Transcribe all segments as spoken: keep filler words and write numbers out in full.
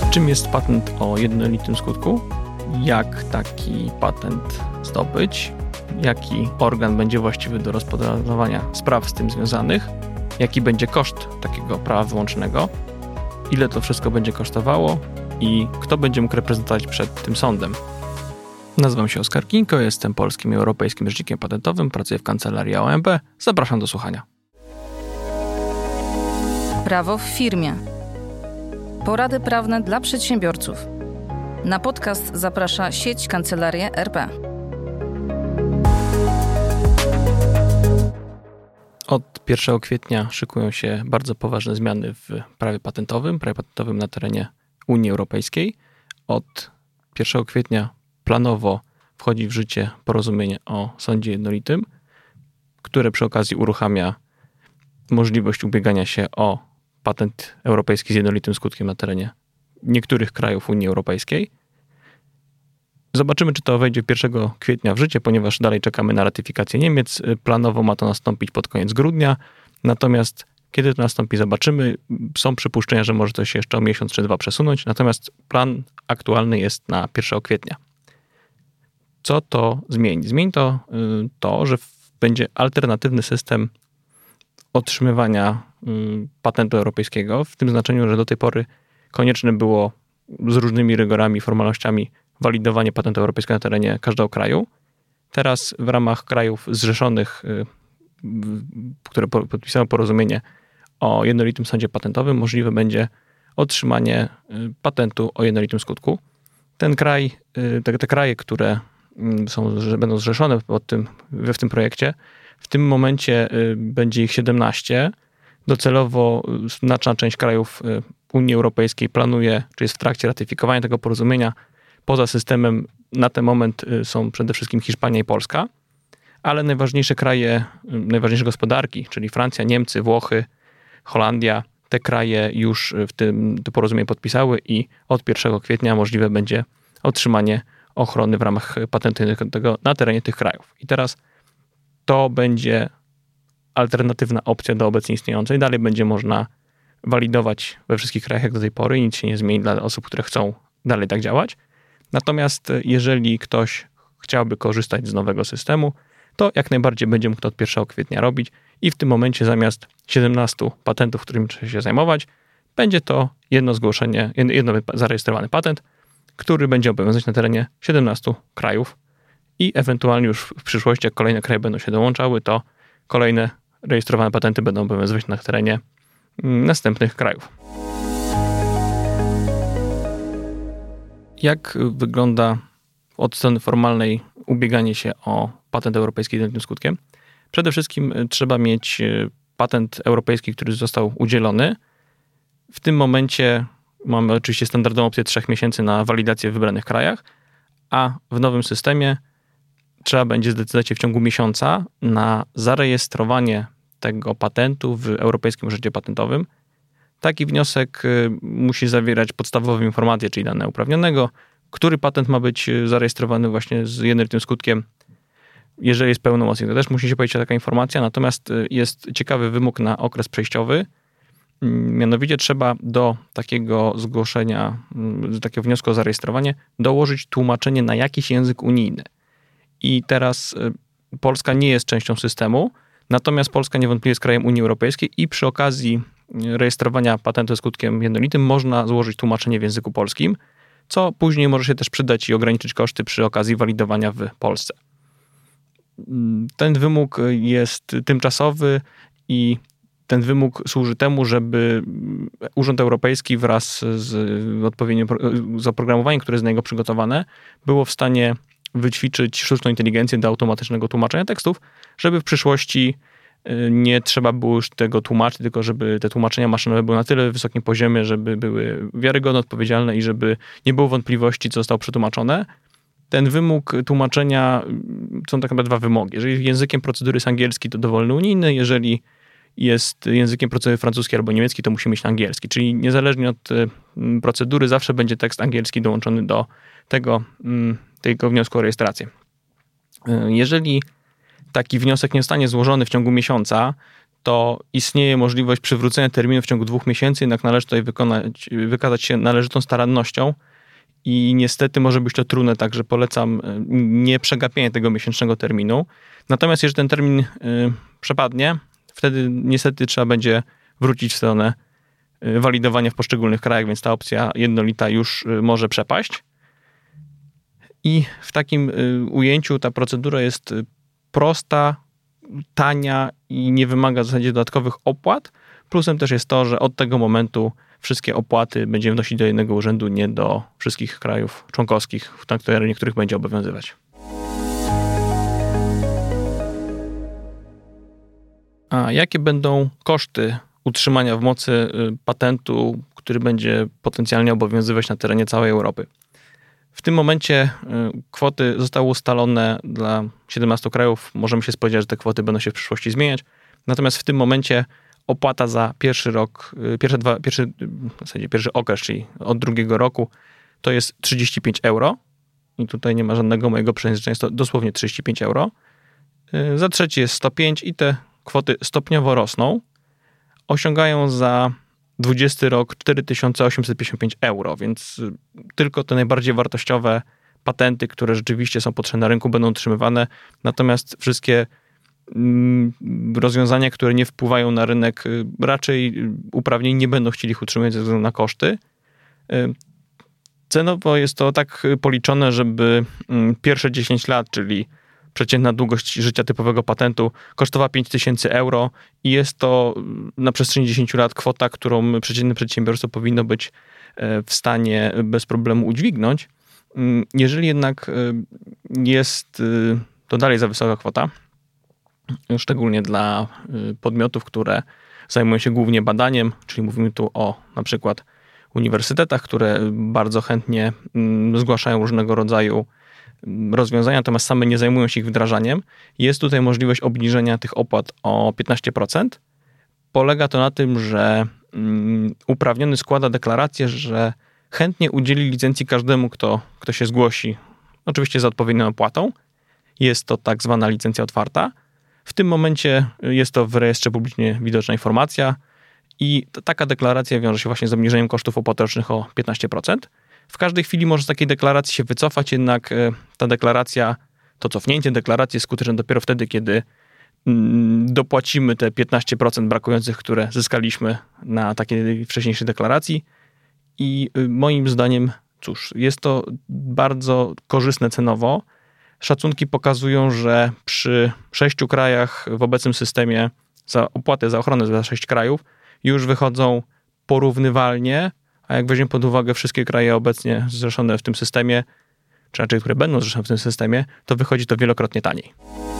Czym jest patent o jednolitym skutku? Jak taki patent zdobyć? Jaki organ będzie właściwy do rozpoznawania spraw z tym związanych? Jaki będzie koszt takiego prawa wyłącznego? Ile to wszystko będzie kosztowało? I kto będzie mógł reprezentować przed tym sądem? Nazywam się Oskar Kinko, jestem polskim i europejskim rzecznikiem patentowym, pracuję w kancelarii O M B. Zapraszam do słuchania. Prawo w firmie. Porady prawne dla przedsiębiorców. Na podcast zaprasza sieć Kancelarie R P. Od pierwszego kwietnia szykują się bardzo poważne zmiany w prawie patentowym, prawie patentowym na terenie Unii Europejskiej. Od pierwszego kwietnia planowo wchodzi w życie porozumienie o sądzie jednolitym, które przy okazji uruchamia możliwość ubiegania się o patent europejski z jednolitym skutkiem na terenie niektórych krajów Unii Europejskiej. Zobaczymy, czy to wejdzie pierwszego kwietnia w życie, ponieważ dalej czekamy na ratyfikację Niemiec. Planowo ma to nastąpić pod koniec grudnia, natomiast kiedy to nastąpi, zobaczymy. Są przypuszczenia, że może to się jeszcze o miesiąc czy dwa przesunąć, natomiast plan aktualny jest na pierwszego kwietnia. Co to zmieni? Zmieni to to, że będzie alternatywny system otrzymywania patentu europejskiego, w tym znaczeniu, że do tej pory konieczne było z różnymi rygorami, formalnościami walidowanie patentu europejskiego na terenie każdego kraju. Teraz w ramach krajów zrzeszonych, które podpisały porozumienie o jednolitym sądzie patentowym, możliwe będzie otrzymanie patentu o jednolitym skutku. Ten kraj, te, te kraje, które są, że będą zrzeszone pod tym, w tym projekcie, w tym momencie będzie ich siedemnaście. Docelowo znaczna część krajów Unii Europejskiej planuje, czy jest w trakcie ratyfikowania tego porozumienia. Poza systemem na ten moment są przede wszystkim Hiszpania i Polska, ale najważniejsze kraje, najważniejsze gospodarki, czyli Francja, Niemcy, Włochy, Holandia, te kraje już w tym to porozumienie podpisały i od pierwszego kwietnia możliwe będzie otrzymanie ochrony w ramach patentu tego na terenie tych krajów. I teraz to będzie alternatywna opcja do obecnie istniejącej. Dalej będzie można walidować we wszystkich krajach jak do tej pory i nic się nie zmieni dla osób, które chcą dalej tak działać. Natomiast jeżeli ktoś chciałby korzystać z nowego systemu, to jak najbardziej będzie mógł to od pierwszego kwietnia robić i w tym momencie zamiast siedemnastu patentów, którymi trzeba się zajmować, będzie to jedno zgłoszenie, jedno zarejestrowany patent, który będzie obowiązywać na terenie siedemnastu krajów i ewentualnie już w przyszłości, jak kolejne kraje będą się dołączały, to kolejne rejestrowane patenty będą obowiązywać na terenie następnych krajów. Jak wygląda od strony formalnej ubieganie się o patent europejski z jednolitym skutkiem? Przede wszystkim trzeba mieć patent europejski, który został udzielony. W tym momencie mamy oczywiście standardową opcję trzech miesięcy na walidację w wybranych krajach, a w nowym systemie trzeba będzie zdecydować się w ciągu miesiąca na zarejestrowanie tego patentu w Europejskim Urzędzie Patentowym. Taki wniosek musi zawierać podstawowe informacje, czyli dane uprawnionego, który patent ma być zarejestrowany właśnie z jednolitym skutkiem. Jeżeli jest pełnomocnik, to też musi się pojawić taka informacja, natomiast jest ciekawy wymóg na okres przejściowy. Mianowicie trzeba do takiego zgłoszenia, do takiego wniosku o zarejestrowanie dołożyć tłumaczenie na jakiś język unijny. I teraz Polska nie jest częścią systemu, natomiast Polska niewątpliwie jest krajem Unii Europejskiej i przy okazji rejestrowania patentu z skutkiem jednolitym można złożyć tłumaczenie w języku polskim, co później może się też przydać i ograniczyć koszty przy okazji walidowania w Polsce. Ten wymóg jest tymczasowy i ten wymóg służy temu, żeby Urząd Europejski wraz z odpowiednim z oprogramowaniem, które jest na niego przygotowane, było w stanie wyćwiczyć sztuczną inteligencję do automatycznego tłumaczenia tekstów, żeby w przyszłości nie trzeba było już tego tłumaczyć, tylko żeby te tłumaczenia maszynowe były na tyle wysokim poziomie, żeby były wiarygodne, odpowiedzialne i żeby nie było wątpliwości, co zostało przetłumaczone. Ten wymóg tłumaczenia, są tak naprawdę dwa wymogi. Jeżeli językiem procedury jest angielski, to dowolny unijny. Jeżeli jest językiem procedury francuski albo niemiecki, to musi mieć angielski. Czyli niezależnie od procedury zawsze będzie tekst angielski dołączony do tego, tego wniosku o rejestrację. Jeżeli taki wniosek nie zostanie złożony w ciągu miesiąca, to istnieje możliwość przywrócenia terminu w ciągu dwóch miesięcy, jednak należy tutaj wykonać, wykazać się należytą starannością i niestety może być to trudne, także polecam nie przegapienie tego miesięcznego terminu. Natomiast jeżeli ten termin y, przepadnie, wtedy niestety trzeba będzie wrócić w stronę y, walidowania w poszczególnych krajach, więc ta opcja jednolita już y, może przepaść. I w takim y, ujęciu ta procedura jest y, prosta, tania i nie wymaga w zasadzie dodatkowych opłat. Plusem też jest to, że od tego momentu wszystkie opłaty będziemy wnosić do jednego urzędu, nie do wszystkich krajów członkowskich, na terenie których będzie obowiązywać. A jakie będą koszty utrzymania w mocy patentu, który będzie potencjalnie obowiązywać na terenie całej Europy? W tym momencie kwoty zostały ustalone dla siedemnastu krajów. Możemy się spodziewać, że te kwoty będą się w przyszłości zmieniać. Natomiast w tym momencie opłata za pierwszy rok, pierwsze dwa, pierwszy, w zasadzie pierwszy okres, czyli od drugiego roku, to jest trzydzieści pięć euro. I tutaj nie ma żadnego mojego przejęzyczenia, jest to dosłownie trzydzieści pięć euro. Za trzeci jest sto pięć i te kwoty stopniowo rosną. Osiągają za dwudziesty rok cztery tysiące osiemset pięćdziesiąt pięć euro, więc tylko te najbardziej wartościowe patenty, które rzeczywiście są potrzebne na rynku, będą utrzymywane. Natomiast wszystkie rozwiązania, które nie wpływają na rynek, raczej uprawnień nie będą chcieli ich utrzymać ze względu na koszty. Cenowo jest to tak policzone, żeby pierwsze dziesięć lat, czyli przeciętna długość życia typowego patentu, kosztowała pięć tysięcy euro i jest to na przestrzeni dziesięciu lat kwota, którą przeciętny przedsiębiorca powinno być w stanie bez problemu udźwignąć. Jeżeli jednak jest to dalej za wysoka kwota, szczególnie dla podmiotów, które zajmują się głównie badaniem, czyli mówimy tu o na przykład uniwersytetach, które bardzo chętnie zgłaszają różnego rodzaju rozwiązania, natomiast same nie zajmują się ich wdrażaniem. Jest tutaj możliwość obniżenia tych opłat o piętnaście procent. Polega to na tym, że uprawniony składa deklarację, że chętnie udzieli licencji każdemu, kto, kto się zgłosi, oczywiście za odpowiednią opłatą. Jest to tak zwana licencja otwarta. W tym momencie jest to w rejestrze publicznie widoczna informacja i taka deklaracja wiąże się właśnie z obniżeniem kosztów opłat rocznych o piętnaście procent. W każdej chwili może z takiej deklaracji się wycofać, jednak ta deklaracja, to cofnięcie deklaracji jest skuteczne dopiero wtedy, kiedy dopłacimy te piętnaście procent brakujących, które zyskaliśmy na takiej wcześniejszej deklaracji. I moim zdaniem, cóż, jest to bardzo korzystne cenowo. Szacunki pokazują, że przy sześciu krajach w obecnym systemie za opłatę za ochronę za sześć krajów już wychodzą porównywalnie, a jak weźmiemy pod uwagę wszystkie kraje obecnie zrzeszone w tym systemie, czy raczej, które będą zrzeszone w tym systemie, to wychodzi to wielokrotnie taniej.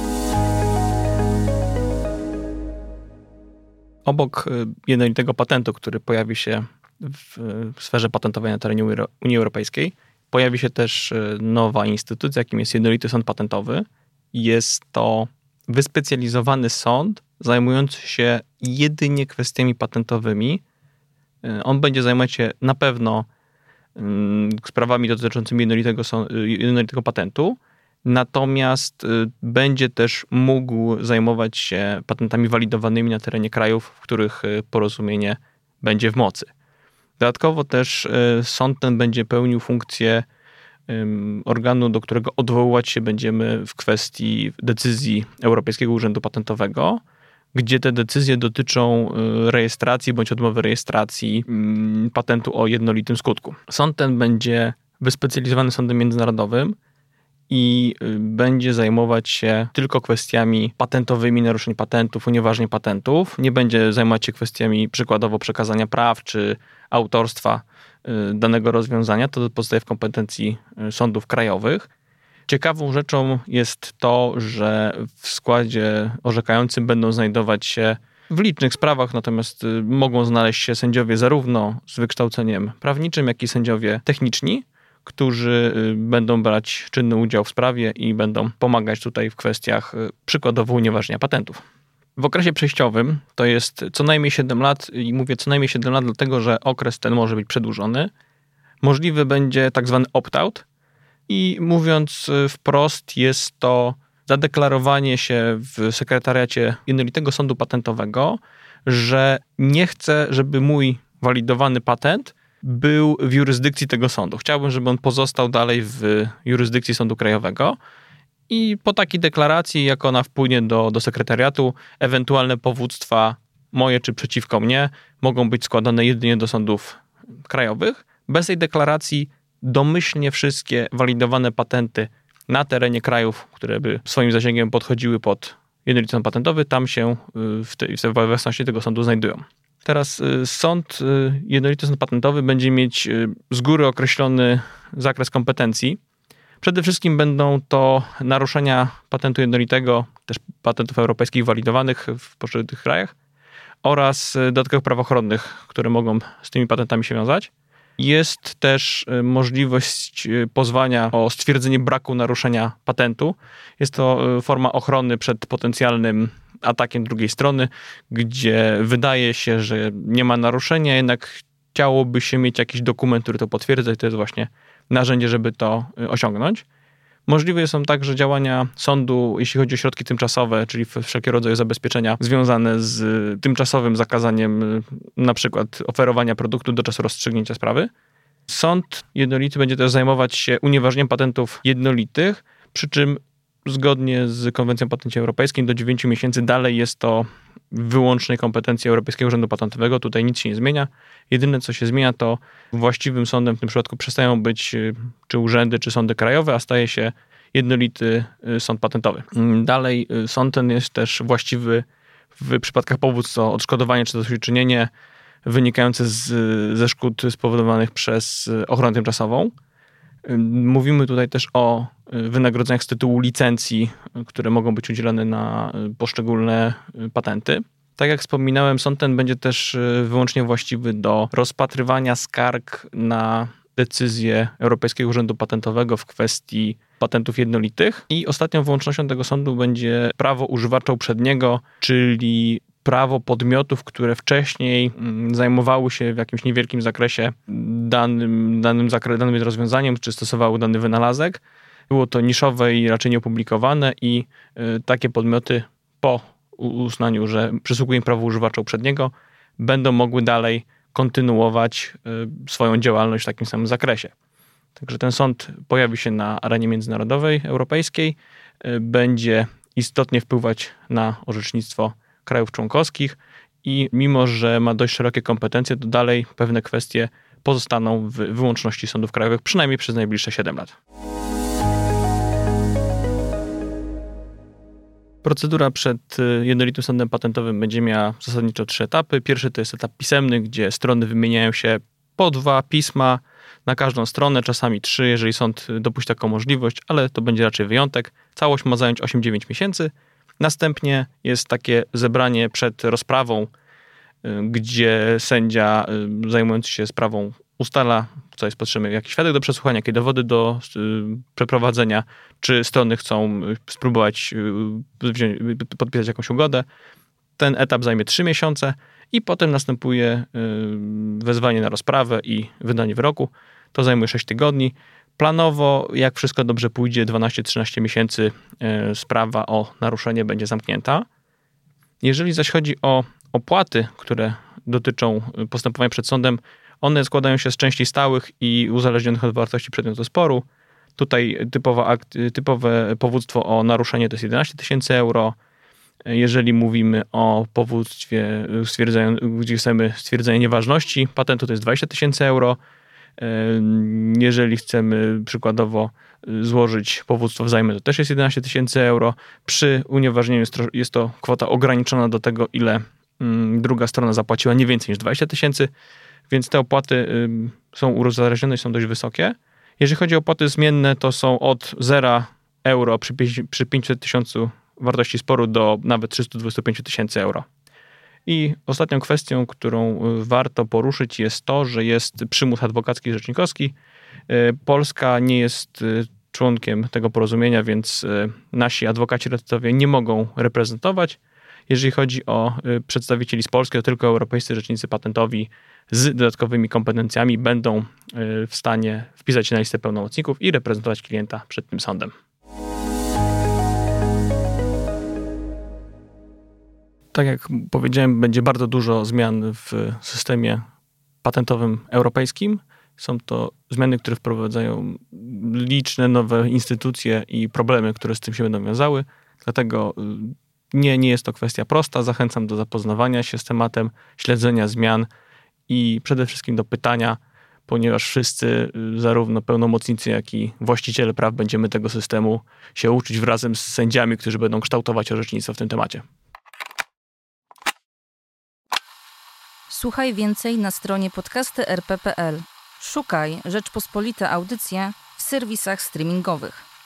Obok jednolitego patentu, który pojawi się w sferze patentowej na terenie Unii Europejskiej, pojawi się też nowa instytucja, jakim jest Jednolity Sąd Patentowy. Jest to wyspecjalizowany sąd zajmujący się jedynie kwestiami patentowymi. On będzie zajmować się na pewno sprawami dotyczącymi jednolitego, jednolitego patentu, natomiast będzie też mógł zajmować się patentami walidowanymi na terenie krajów, w których porozumienie będzie w mocy. Dodatkowo też sąd ten będzie pełnił funkcję organu, do którego odwoływać się będziemy w kwestii decyzji Europejskiego Urzędu Patentowego, gdzie te decyzje dotyczą rejestracji bądź odmowy rejestracji patentu o jednolitym skutku. Sąd ten będzie wyspecjalizowany sądem międzynarodowym i będzie zajmować się tylko kwestiami patentowymi, naruszeń patentów, unieważnień patentów. Nie będzie zajmować się kwestiami przykładowo przekazania praw czy autorstwa danego rozwiązania. To pozostaje w kompetencji sądów krajowych. Ciekawą rzeczą jest to, że w składzie orzekającym będą znajdować się w licznych sprawach, natomiast mogą znaleźć się sędziowie zarówno z wykształceniem prawniczym, jak i sędziowie techniczni, którzy będą brać czynny udział w sprawie i będą pomagać tutaj w kwestiach przykładowo unieważnienia patentów. W okresie przejściowym to jest co najmniej siedem lat i mówię co najmniej siedem lat, dlatego że okres ten może być przedłużony. Możliwy będzie tak zwany opt-out i mówiąc wprost jest to zadeklarowanie się w sekretariacie Jednolitego Sądu Patentowego, że nie chcę, żeby mój walidowany patent był w jurysdykcji tego sądu. Chciałbym, żeby on pozostał dalej w jurysdykcji Sądu Krajowego i po takiej deklaracji, jak ona wpłynie do, do sekretariatu, ewentualne powództwa moje czy przeciwko mnie mogą być składane jedynie do sądów krajowych. Bez tej deklaracji domyślnie wszystkie walidowane patenty na terenie krajów, które by swoim zasięgiem podchodziły pod Jednolity Sąd Patentowy, tam się w, tej, w własności tego sądu znajdują. Teraz sąd, Jednolity Sąd Patentowy będzie mieć z góry określony zakres kompetencji. Przede wszystkim będą to naruszenia patentu jednolitego, też patentów europejskich walidowanych w poszczególnych krajach oraz dodatkowych praw ochronnych, które mogą z tymi patentami się wiązać. Jest też możliwość pozwania o stwierdzenie braku naruszenia patentu. Jest to forma ochrony przed potencjalnym atakiem drugiej strony, gdzie wydaje się, że nie ma naruszenia, jednak chciałoby się mieć jakiś dokument, który to potwierdza i to jest właśnie narzędzie, żeby to osiągnąć. Możliwe są także działania sądu, jeśli chodzi o środki tymczasowe, czyli wszelkie rodzaje zabezpieczenia związane z tymczasowym zakazaniem na przykład oferowania produktu do czasu rozstrzygnięcia sprawy. Sąd jednolity będzie też zajmować się unieważnieniem patentów jednolitych, przy czym zgodnie z Konwencją o Patencie Europejskim do dziewięciu miesięcy dalej jest to wyłącznej kompetencji Europejskiego Urzędu Patentowego. Tutaj nic się nie zmienia. Jedyne, co się zmienia, to właściwym sądem w tym przypadku przestają być czy urzędy, czy sądy krajowe, a staje się Jednolity Sąd Patentowy. Dalej sąd ten jest też właściwy w przypadkach powództw o odszkodowanie czy zadośćuczynienie wynikające z, ze szkód spowodowanych przez ochronę tymczasową. Mówimy tutaj też o wynagrodzeniach z tytułu licencji, które mogą być udzielane na poszczególne patenty. Tak jak wspominałem, sąd ten będzie też wyłącznie właściwy do rozpatrywania skarg na decyzję Europejskiego Urzędu Patentowego w kwestii patentów jednolitych. I ostatnią wyłącznością tego sądu będzie prawo używacza uprzedniego, czyli prawo podmiotów, które wcześniej zajmowały się w jakimś niewielkim zakresie danym, danym, zakre, danym rozwiązaniem, czy stosowały dany wynalazek. Było to niszowe i raczej nieopublikowane i y, takie podmioty po uznaniu, że przysługuje im prawo używacza uprzedniego, będą mogły dalej kontynuować y, swoją działalność w takim samym zakresie. Także ten sąd pojawi się na arenie międzynarodowej, europejskiej, y, będzie istotnie wpływać na orzecznictwo krajów członkowskich i mimo, że ma dość szerokie kompetencje, to dalej pewne kwestie pozostaną w wyłączności sądów krajowych, przynajmniej przez najbliższe siedem lat. Procedura przed Jednolitym Sądem Patentowym będzie miała zasadniczo trzy etapy. Pierwszy to jest etap pisemny, gdzie strony wymieniają się po dwa pisma na każdą stronę, czasami trzy, jeżeli sąd dopuści taką możliwość, ale to będzie raczej wyjątek. Całość ma zająć osiem do dziewięciu miesięcy. Następnie jest takie zebranie przed rozprawą, gdzie sędzia zajmujący się sprawą ustala, co jest potrzebne, jakiś świadek do przesłuchania, jakie dowody do przeprowadzenia, czy strony chcą spróbować wziąć, podpisać jakąś ugodę. Ten etap zajmie trzy miesiące i potem następuje wezwanie na rozprawę i wydanie wyroku. To zajmuje sześć tygodni. Planowo, jak wszystko dobrze pójdzie, dwanaście do trzynastu miesięcy sprawa o naruszenie będzie zamknięta. Jeżeli zaś chodzi o opłaty, które dotyczą postępowania przed sądem, one składają się z części stałych i uzależnionych od wartości przedmiotu sporu. Tutaj typowa akt, typowe powództwo o naruszenie to jest jedenaście tysięcy euro. Jeżeli mówimy o powództwie, gdzie chcemy stwierdzenie nieważności patentu, to jest dwadzieścia tysięcy euro. Jeżeli chcemy przykładowo złożyć powództwo wzajemne, to też jest jedenaście tysięcy euro. Przy unieważnieniu jest to kwota ograniczona do tego, ile druga strona zapłaciła, nie więcej niż dwadzieścia tysięcy, więc te opłaty są uzależnione i są dość wysokie. Jeżeli chodzi o opłaty zmienne, to są od zera euro przy, przy pięćset tysięcy wartości sporu do nawet trzysta dwadzieścia pięć tysięcy euro. I ostatnią kwestią, którą warto poruszyć, jest to, że jest przymus adwokacki i rzecznikowski. Polska nie jest członkiem tego porozumienia, więc nasi adwokaci radcowie nie mogą reprezentować. Jeżeli chodzi o przedstawicieli z Polski, to tylko europejscy rzecznicy patentowi z dodatkowymi kompetencjami będą w stanie wpisać się na listę pełnomocników i reprezentować klienta przed tym sądem. Tak jak powiedziałem, będzie bardzo dużo zmian w systemie patentowym europejskim. Są to zmiany, które wprowadzają liczne nowe instytucje i problemy, które z tym się będą wiązały. Dlatego nie, nie jest to kwestia prosta. Zachęcam do zapoznawania się z tematem, śledzenia zmian i przede wszystkim do pytania, ponieważ wszyscy, zarówno pełnomocnicy, jak i właściciele praw, będziemy tego systemu się uczyć razem z sędziami, którzy będą kształtować orzecznictwo w tym temacie. Słuchaj więcej na stronie podcasty kropka er pe kropka pe el. Szukaj Rzeczpospolite Audycje w serwisach streamingowych.